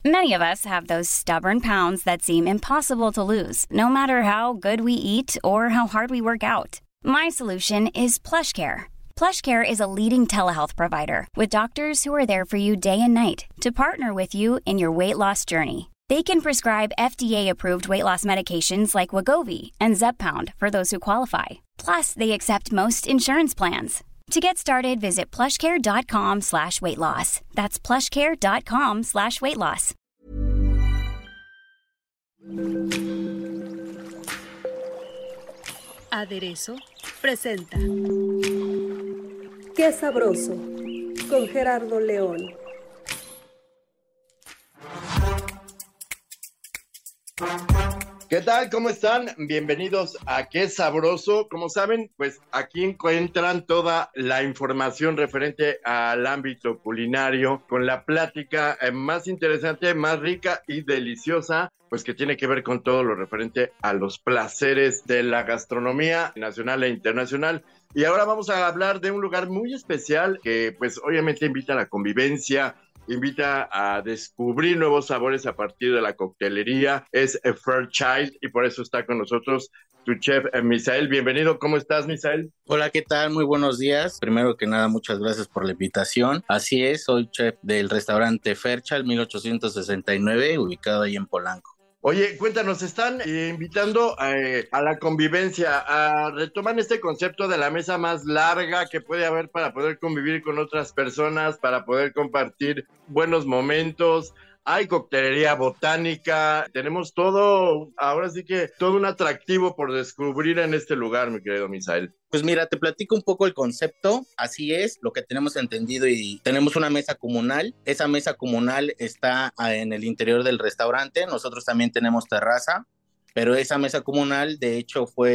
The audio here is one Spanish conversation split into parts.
Many of us have those stubborn pounds that seem impossible to lose, no matter how good we eat or how hard we work out. My solution is PlushCare. PlushCare is a leading telehealth provider with doctors who are there for you day and night to partner with you in your weight loss journey. They can prescribe FDA-approved weight loss medications like Wegovy and Zepbound for those who qualify. Plus, they accept most insurance plans. To get started, visit plushcare.com/weightloss. That's plushcare.com/weightloss. Aderezo presenta Qué sabroso, con Gerardo León. ¿Qué tal? ¿Cómo están? Bienvenidos a Qué Sabroso. Como saben, pues aquí encuentran toda la información referente al ámbito culinario con la plática más interesante, más rica y deliciosa, pues que tiene que ver con todo lo referente a los placeres de la gastronomía nacional e internacional. Y ahora vamos a hablar de un lugar muy especial que pues obviamente invita a la convivencia, invita a descubrir nuevos sabores a partir de la coctelería. Es Fairchild y por eso está con nosotros tu chef Misael. Bienvenido, ¿cómo estás, Misael? Hola, ¿qué tal? Muy buenos días. Primero que nada, muchas gracias por la invitación. Así es, soy chef del restaurante Fairchild 1869, ubicado ahí en Polanco. Oye, cuéntanos, están invitando a la convivencia, a retomar este concepto de la mesa más larga que puede haber para poder convivir con otras personas, para poder compartir buenos momentos. Hay coctelería botánica, tenemos todo, ahora sí que todo un atractivo por descubrir en este lugar, mi querido Misael. Pues mira, te platico un poco el concepto. Así es, lo que tenemos entendido, y tenemos una mesa comunal. Esa mesa comunal está en el interior del restaurante. Nosotros también tenemos terraza, pero esa mesa comunal de hecho fue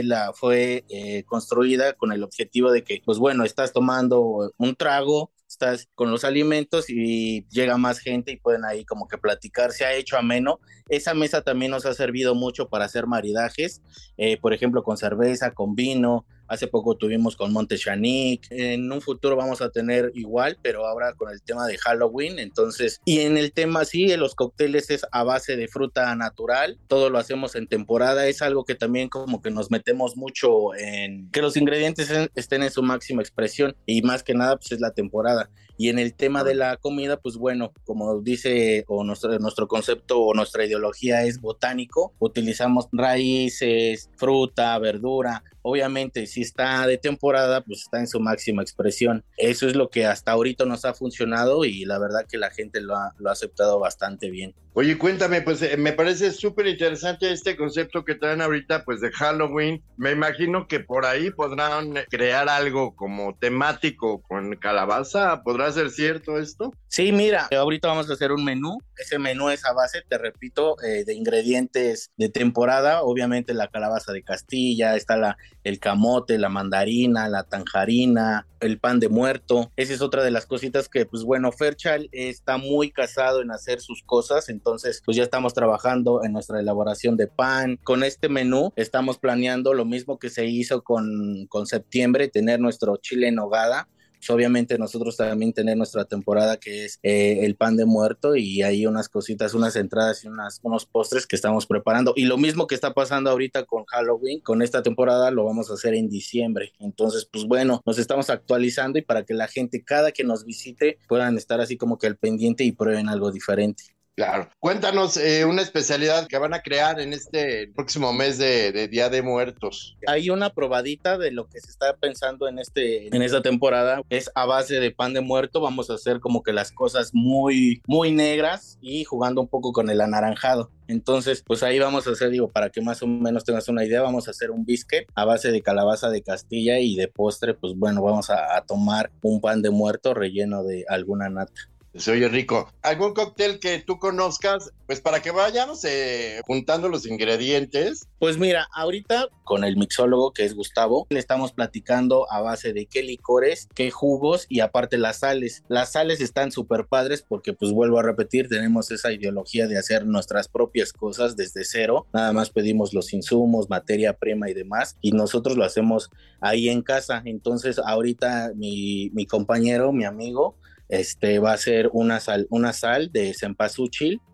construida con el objetivo de que, pues bueno, estás tomando un trago, estás con los alimentos y llega más gente y pueden ahí como que platicar. Se ha hecho ameno. Esa mesa también nos ha servido mucho para hacer maridajes, por ejemplo con cerveza, con vino. Hace poco tuvimos con Monte Chanic. En un futuro vamos a tener igual, pero ahora con el tema de Halloween. Entonces, y en el tema sí, de los cócteles es a base de fruta natural. Todo lo hacemos en temporada. Es algo que también como que nos metemos mucho en que los ingredientes estén en su máxima expresión, y más que nada pues es la temporada. Y en el tema de la comida, pues bueno, como dice o nuestro concepto o nuestra ideología es botánico. Utilizamos raíces, fruta, verdura. Obviamente, si está de temporada, pues está en su máxima expresión. Eso es lo que hasta ahorita nos ha funcionado y la verdad que la gente lo ha aceptado bastante bien. Oye, cuéntame, pues me parece súper interesante este concepto que traen ahorita, pues de Halloween. Me imagino que por ahí podrán crear algo como temático con calabaza. ¿Podrá ser cierto esto? Sí, mira, ahorita vamos a hacer un menú. Ese menú es a base, te repito, de ingredientes de temporada. Obviamente la calabaza de Castilla, está el camote, la mandarina, la tanjarina, el pan de muerto. Esa es otra de las cositas que, pues bueno, Fairchild está muy casado en hacer sus cosas. Entonces, pues ya estamos trabajando en nuestra elaboración de pan. Con este menú estamos planeando lo mismo que se hizo con septiembre, tener nuestro chile en nogada. Pues obviamente nosotros también tener nuestra temporada que es el pan de muerto, y hay unas cositas, unas entradas y unos postres que estamos preparando. Y lo mismo que está pasando ahorita con Halloween, con esta temporada lo vamos a hacer en diciembre. Entonces, pues bueno, nos estamos actualizando y para que la gente cada que nos visite puedan estar así como que al pendiente y prueben algo diferente. Claro. Cuéntanos una especialidad que van a crear en este próximo mes de Día de Muertos. Hay una probadita de lo que se está pensando en esta temporada. Es a base de pan de muerto. Vamos a hacer como que las cosas muy, muy negras y jugando un poco con el anaranjado. Entonces, pues ahí vamos a hacer, para que más o menos tengas una idea, vamos a hacer un biscuit a base de calabaza de Castilla y de postre, pues bueno, vamos a tomar un pan de muerto relleno de alguna nata. Se oye rico. ¿Algún cóctel que tú conozcas? Pues para que vayamos juntando los ingredientes. Pues mira, ahorita con el mixólogo que es Gustavo, le estamos platicando a base de qué licores, qué jugos y aparte las sales. Las sales están súper padres porque, pues vuelvo a repetir, tenemos esa ideología de hacer nuestras propias cosas desde cero. Nada más pedimos los insumos, materia prima y demás, y nosotros lo hacemos ahí en casa. Entonces ahorita mi compañero, mi amigo, va a hacer una sal de cempasúchil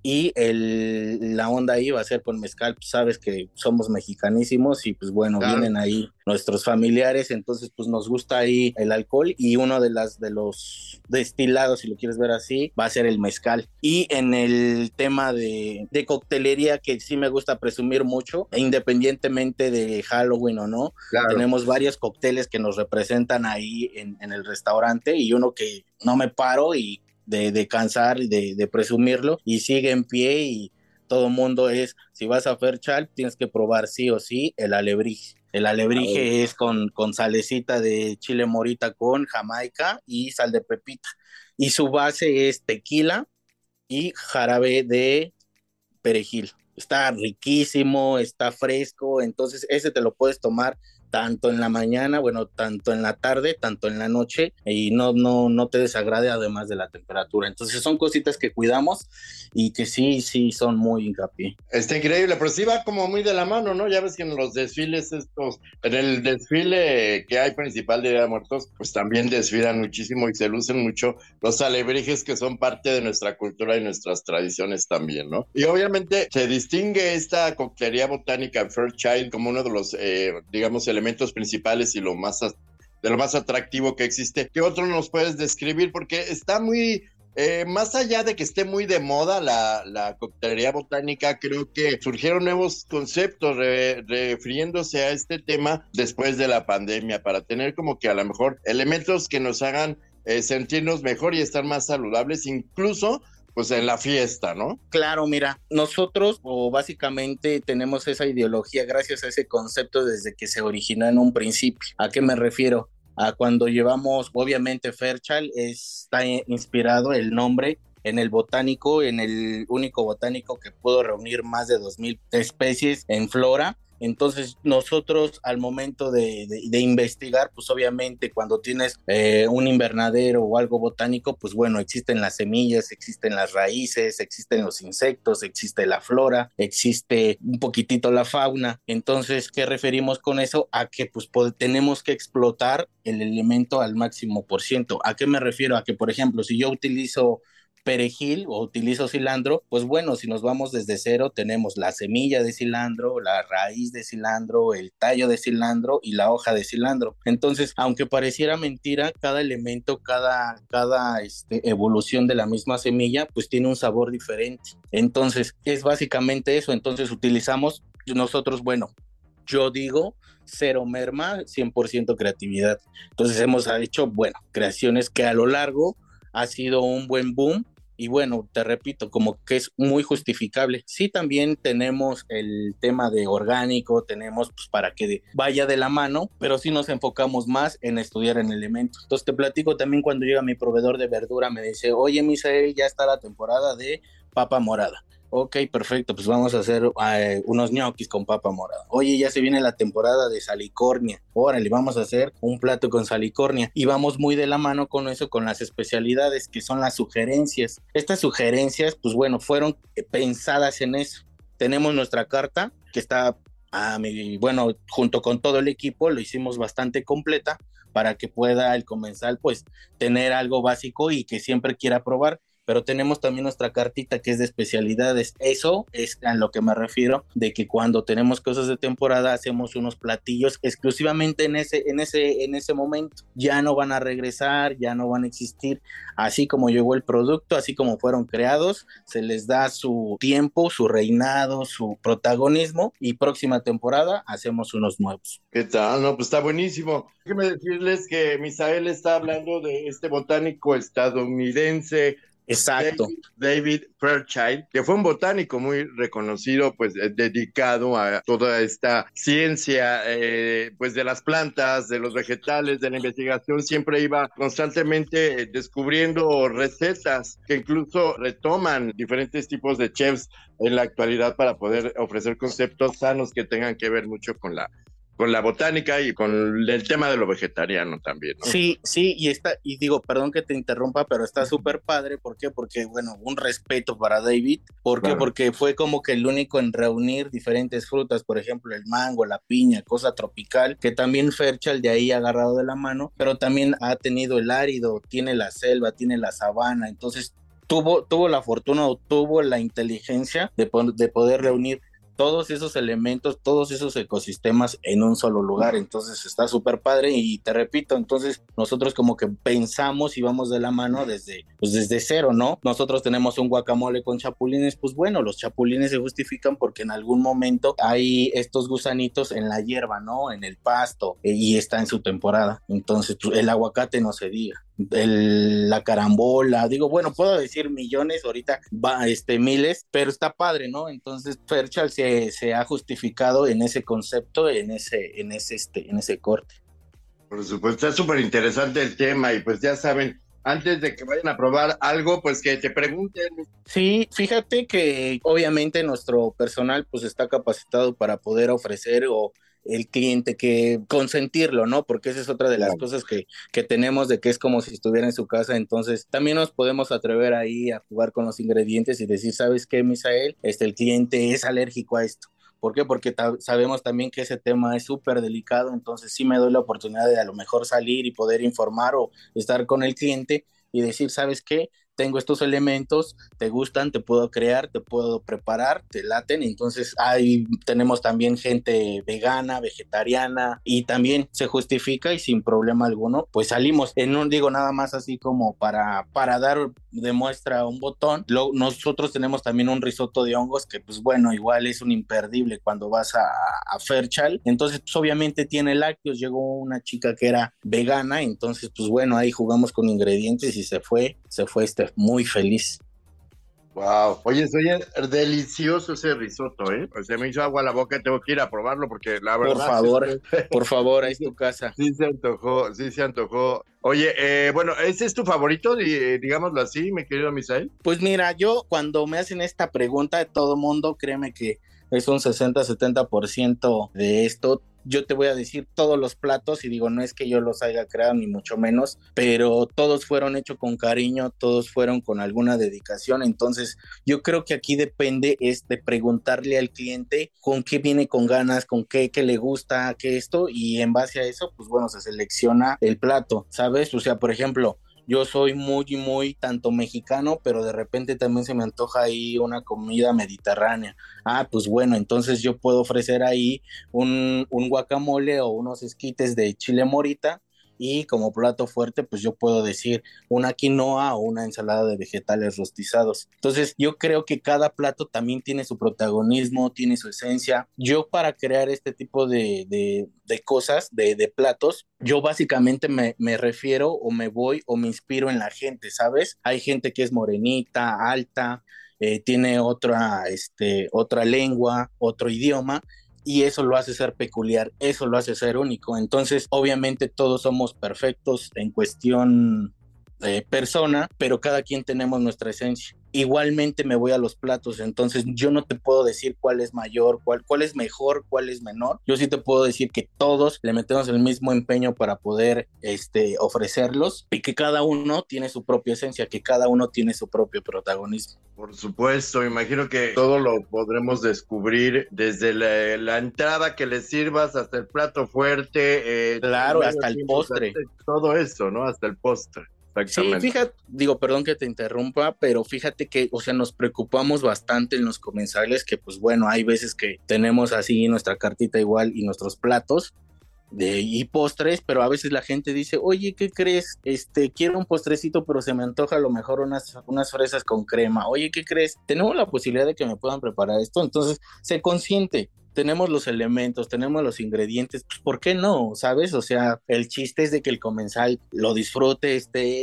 y la onda ahí va a ser con mezcal. Pues sabes que somos mexicanísimos y pues bueno, Claro. Vienen ahí nuestros familiares, entonces pues nos gusta ahí el alcohol y uno de los destilados, si lo quieres ver así, va a ser el mezcal. Y en el tema de coctelería, que sí me gusta presumir mucho, independientemente de Halloween o no, Claro. tenemos varios cócteles que nos representan ahí en el restaurante, y uno que no me paro y de cansar y de presumirlo, y sigue en pie, y todo mundo es, si vas a Fairchild, tienes que probar sí o sí el alebrije. El alebrije es con salecita de chile morita con jamaica y sal de pepita. Y su base es tequila y jarabe de perejil. Está riquísimo, está fresco, entonces ese te lo puedes tomar tanto en la mañana, bueno, tanto en la tarde, tanto en la noche, y no te desagrade, además de la temperatura. Entonces son cositas que cuidamos y que sí son muy hincapié. Está increíble, pero sí va como muy de la mano, ¿no? Ya ves que en los desfiles en el desfile que hay principal de Día de Muertos, pues también desfilan muchísimo y se lucen mucho los alebrijes, que son parte de nuestra cultura y nuestras tradiciones también, ¿no? Y obviamente se distingue esta coctelería botánica Fairchild como uno de los, digamos, elementos principales y de lo más atractivo que existe. ¿Qué otro nos puedes describir? Porque está muy... más allá de que esté muy de moda la coctelería botánica, creo que surgieron nuevos conceptos refiriéndose a este tema después de la pandemia, para tener como que a lo mejor elementos que nos hagan sentirnos mejor y estar más saludables, incluso pues en la fiesta, ¿no? Claro, mira, nosotros básicamente tenemos esa ideología gracias a ese concepto desde que se originó en un principio. ¿A qué me refiero? A cuando llevamos, obviamente Fairchild está inspirado el nombre en el botánico, en el único botánico que pudo reunir más de 2,000 especies en flora. Entonces nosotros al momento de investigar, pues obviamente cuando tienes un invernadero o algo botánico, pues bueno, existen las semillas, existen las raíces, existen los insectos, existe la flora, existe un poquitito la fauna. Entonces, ¿qué referimos con eso? A que pues tenemos que explotar el elemento al máximo por ciento. ¿A qué me refiero? A que, por ejemplo, si yo utilizo perejil o utilizo cilantro, pues bueno, si nos vamos desde cero, tenemos la semilla de cilantro, la raíz de cilantro, el tallo de cilantro y la hoja de cilantro. Entonces, aunque pareciera mentira, cada elemento, cada evolución de la misma semilla, pues tiene un sabor diferente. Entonces, es básicamente eso. Entonces, utilizamos nosotros, bueno, yo digo, cero merma, 100% creatividad. Entonces, hemos hecho, bueno, creaciones que a lo largo ha sido un buen boom. Y bueno, te repito, como que es muy justificable. Sí, también tenemos el tema de orgánico, tenemos pues para que vaya de la mano, pero sí nos enfocamos más en estudiar en elementos. Entonces te platico también, cuando llega mi proveedor de verdura, me dice, oye, Misael, ya está la temporada de papa morada. Ok, perfecto, pues vamos a hacer unos ñoquis con papa morada. Oye, ya se viene la temporada de salicornia. Órale, vamos a hacer un plato con salicornia. Y vamos muy de la mano con eso, con las especialidades, que son las sugerencias. Estas sugerencias, pues bueno, fueron pensadas en eso. Tenemos nuestra carta, que está, bueno, junto con todo el equipo, lo hicimos bastante completa, para que pueda el comensal, pues, tener algo básico y que siempre quiera probar. Pero tenemos también nuestra cartita, que es de especialidades. Eso es a lo que me refiero, de que cuando tenemos cosas de temporada hacemos unos platillos exclusivamente en ese momento. Ya no van a regresar, ya no van a existir. Así como llegó el producto, así como fueron creados, se les da su tiempo, su reinado, su protagonismo, y próxima temporada hacemos unos nuevos. ¿Qué tal? No, pues está buenísimo. Déjenme decirles que Misael está hablando de este botánico estadounidense. Exacto. David Fairchild, que fue un botánico muy reconocido, pues dedicado a toda esta ciencia, pues de las plantas, de los vegetales, de la investigación. Siempre iba constantemente descubriendo recetas que incluso retoman diferentes tipos de chefs en la actualidad, para poder ofrecer conceptos sanos que tengan que ver mucho con la botánica y con el tema de lo vegetariano también, ¿no? Sí, y digo, perdón que te interrumpa, pero está súper padre. ¿Por qué? Porque, bueno, un respeto para David. ¿Por qué? Claro. Porque fue como que el único en reunir diferentes frutas, por ejemplo, el mango, la piña, cosa tropical, que también Fairchild de ahí ha agarrado de la mano, pero también ha tenido el árido, tiene la selva, tiene la sabana. Entonces, tuvo la fortuna o tuvo la inteligencia de poder reunir todos esos elementos, todos esos ecosistemas en un solo lugar. Entonces está súper padre y te repito, entonces nosotros como que pensamos y vamos de la mano desde cero, ¿no? Nosotros tenemos un guacamole con chapulines, pues bueno, los chapulines se justifican porque en algún momento hay estos gusanitos en la hierba, ¿no? En el pasto, y está en su temporada. Entonces pues, el aguacate no se diga. La carambola, digo, bueno, puedo decir millones, ahorita miles, pero está padre, ¿no? Entonces Fairchild se ha justificado en ese concepto, en ese corte. Por supuesto, está súper interesante el tema y pues ya saben, antes de que vayan a probar algo, pues que te pregunten. Sí, fíjate que obviamente nuestro personal pues está capacitado para poder ofrecer o el cliente que consentirlo, ¿no? Porque esa es otra de las cosas que tenemos, de que es como si estuviera en su casa. Entonces también nos podemos atrever ahí a jugar con los ingredientes y decir, ¿sabes qué, Misael? El cliente es alérgico a esto. ¿Por qué? Porque sabemos también que ese tema es súper delicado, entonces sí me doy la oportunidad de a lo mejor salir y poder informar o estar con el cliente y decir, ¿sabes qué? Tengo estos elementos, te gustan, te puedo crear, te puedo preparar, te laten. Entonces ahí tenemos también gente vegana, vegetariana, y también se justifica y sin problema alguno, pues salimos. No digo nada más así como para dar de muestra un botón. Nosotros tenemos también un risotto de hongos que pues bueno, igual es un imperdible cuando vas a Fairchild. Entonces pues obviamente tiene lácteos. Llegó una chica que era vegana, entonces pues bueno, ahí jugamos con ingredientes y se fue muy feliz. Wow. Oye, oye, delicioso ese risotto, ¿eh? O sea, me hizo agua a la boca, tengo que ir a probarlo porque la verdad... Por favor, ahí es tu casa. Sí se antojó. Oye, bueno, ¿ese es tu favorito, digámoslo así, mi querido Misael? Pues mira, yo cuando me hacen esta pregunta de todo mundo, créeme que es un 60-70% de esto. Yo te voy a decir todos los platos y digo, no es que yo los haya creado ni mucho menos, pero todos fueron hechos con cariño, todos fueron con alguna dedicación. Entonces yo creo que aquí depende de preguntarle al cliente con qué viene con ganas, con qué le gusta, qué esto, y en base a eso, pues bueno, se selecciona el plato, ¿sabes? O sea, por ejemplo, yo soy muy tanto mexicano, pero de repente también se me antoja ahí una comida mediterránea. Pues bueno, entonces yo puedo ofrecer ahí un guacamole o unos esquites de chile morita, y como plato fuerte pues yo puedo decir una quinoa o una ensalada de vegetales rostizados. Entonces yo creo que cada plato también tiene su protagonismo, tiene su esencia. Yo para crear este tipo de cosas, de platos, yo básicamente me refiero o me voy o me inspiro en la gente, ¿sabes? Hay gente que es morenita, alta, tiene otra lengua, otro idioma, y eso lo hace ser peculiar, eso lo hace ser único. Entonces, obviamente todos somos perfectos en cuestión persona, pero cada quien tenemos nuestra esencia. Igualmente me voy a los platos, entonces yo no te puedo decir cuál es mayor, cuál es mejor, cuál es menor. Yo sí te puedo decir que todos le metemos el mismo empeño para poder ofrecerlos, y que cada uno tiene su propia esencia, que cada uno tiene su propio protagonismo. Por supuesto, imagino que todo lo podremos descubrir desde la entrada que le sirvas hasta el plato fuerte. Claro, hasta el postre. Todo eso, ¿no? Hasta el postre. Sí, fíjate, perdón que te interrumpa, pero fíjate que, o sea, nos preocupamos bastante en los comensales, que pues bueno, hay veces que tenemos así nuestra cartita igual y nuestros platos y postres, pero a veces la gente dice, oye, ¿qué crees? Quiero un postrecito, pero se me antoja a lo mejor unas fresas con crema. Oye, ¿qué crees? Tenemos la posibilidad de que me puedan preparar esto. Entonces, sé consciente. Tenemos los elementos, tenemos los ingredientes, pues ¿por qué no? ¿Sabes? O sea, el chiste es de que el comensal lo disfrute,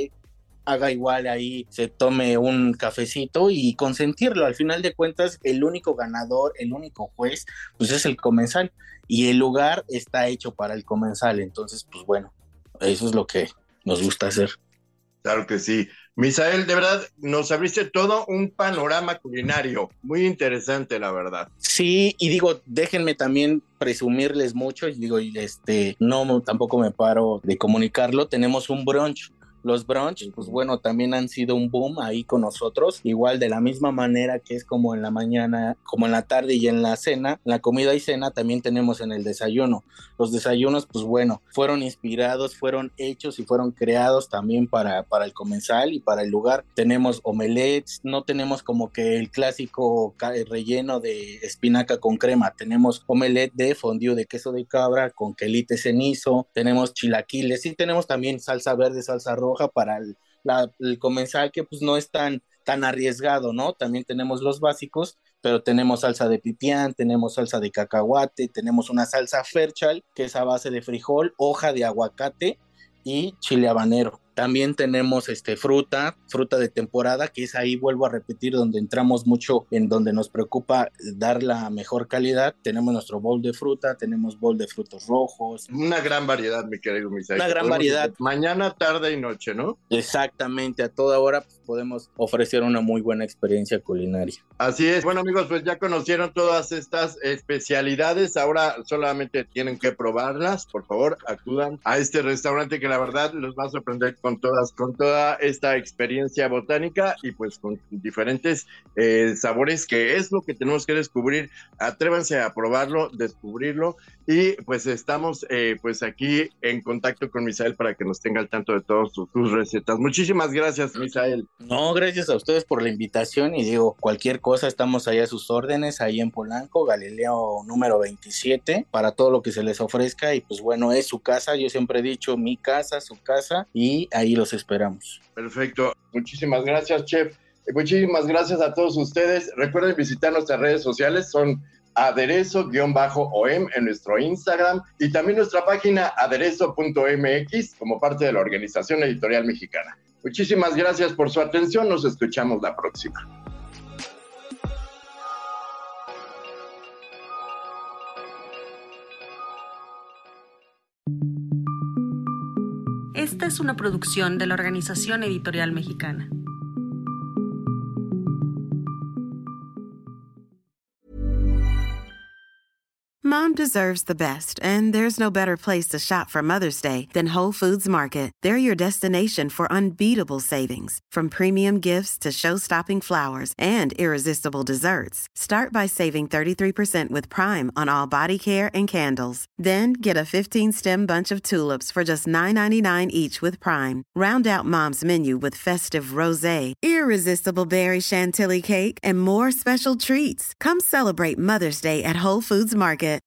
haga igual ahí, se tome un cafecito y consentirlo. Al final de cuentas, el único ganador, el único juez, pues es el comensal, y el lugar está hecho para el comensal. Entonces, pues bueno, eso es lo que nos gusta hacer. Claro que sí. Misael, de verdad, nos abriste todo un panorama culinario muy interesante, la verdad. Sí, y digo, déjenme también presumirles mucho, y digo, no, tampoco me paro de comunicarlo. Tenemos un brunch Los brunch, pues bueno, también han sido un boom ahí con nosotros, igual de la misma manera que es como en la mañana, como en la tarde y en la cena, la comida y cena también tenemos en el desayuno. Los desayunos, pues bueno, fueron inspirados, fueron hechos y fueron creados también para el comensal y para el lugar. Tenemos omelets, no tenemos como que el clásico relleno de espinaca con crema, tenemos omelet de fondue de queso de cabra con quelite cenizo, tenemos chilaquiles y tenemos también salsa verde, salsa roja para el comensal que pues no es tan arriesgado, ¿no? También tenemos los básicos, pero tenemos salsa de pipián, tenemos salsa de cacahuate, tenemos una salsa Fairchild que es a base de frijol, hoja de aguacate y chile habanero. También tenemos fruta de temporada, que es ahí, vuelvo a repetir, donde entramos mucho, en donde nos preocupa dar la mejor calidad. Tenemos nuestro bowl de fruta, tenemos bowl de frutos rojos. Una gran variedad, mi querido Misael. Una gran variedad. Mañana, tarde y noche, ¿no? Exactamente, a toda hora pues, podemos ofrecer una muy buena experiencia culinaria. Así es. Bueno, amigos, pues ya conocieron todas estas especialidades. Ahora solamente tienen que probarlas. Por favor, acudan a este restaurante que la verdad los va a sorprender con toda esta experiencia botánica y pues con diferentes sabores, que es lo que tenemos que descubrir. Atrévanse a probarlo, descubrirlo, y pues estamos pues aquí en contacto con Misael para que nos tenga al tanto de todas sus recetas. Muchísimas gracias, Misael. No, gracias a ustedes por la invitación, y digo, cualquier cosa estamos ahí a sus órdenes, ahí en Polanco, Galileo número 27, para todo lo que se les ofrezca. Y pues bueno, es su casa, yo siempre he dicho, mi casa, su casa, y ahí los esperamos. Perfecto, muchísimas gracias, chef. Muchísimas gracias a todos ustedes. Recuerden visitar nuestras redes sociales, son aderezo_om en nuestro Instagram, y también nuestra página aderezo.mx como parte de la Organización Editorial Mexicana. Muchísimas gracias por su atención, nos escuchamos la próxima. Esta es una producción de la Organización Editorial Mexicana. Mom deserves the best, and there's no better place to shop for Mother's Day than Whole Foods Market. They're your destination for unbeatable savings, from premium gifts to show-stopping flowers and irresistible desserts. Start by saving 33% with Prime on all body care and candles. Then get a 15-stem bunch of tulips for just $9.99 each with Prime. Round out Mom's menu with festive rosé, irresistible berry chantilly cake, and more special treats. Come celebrate Mother's Day at Whole Foods Market.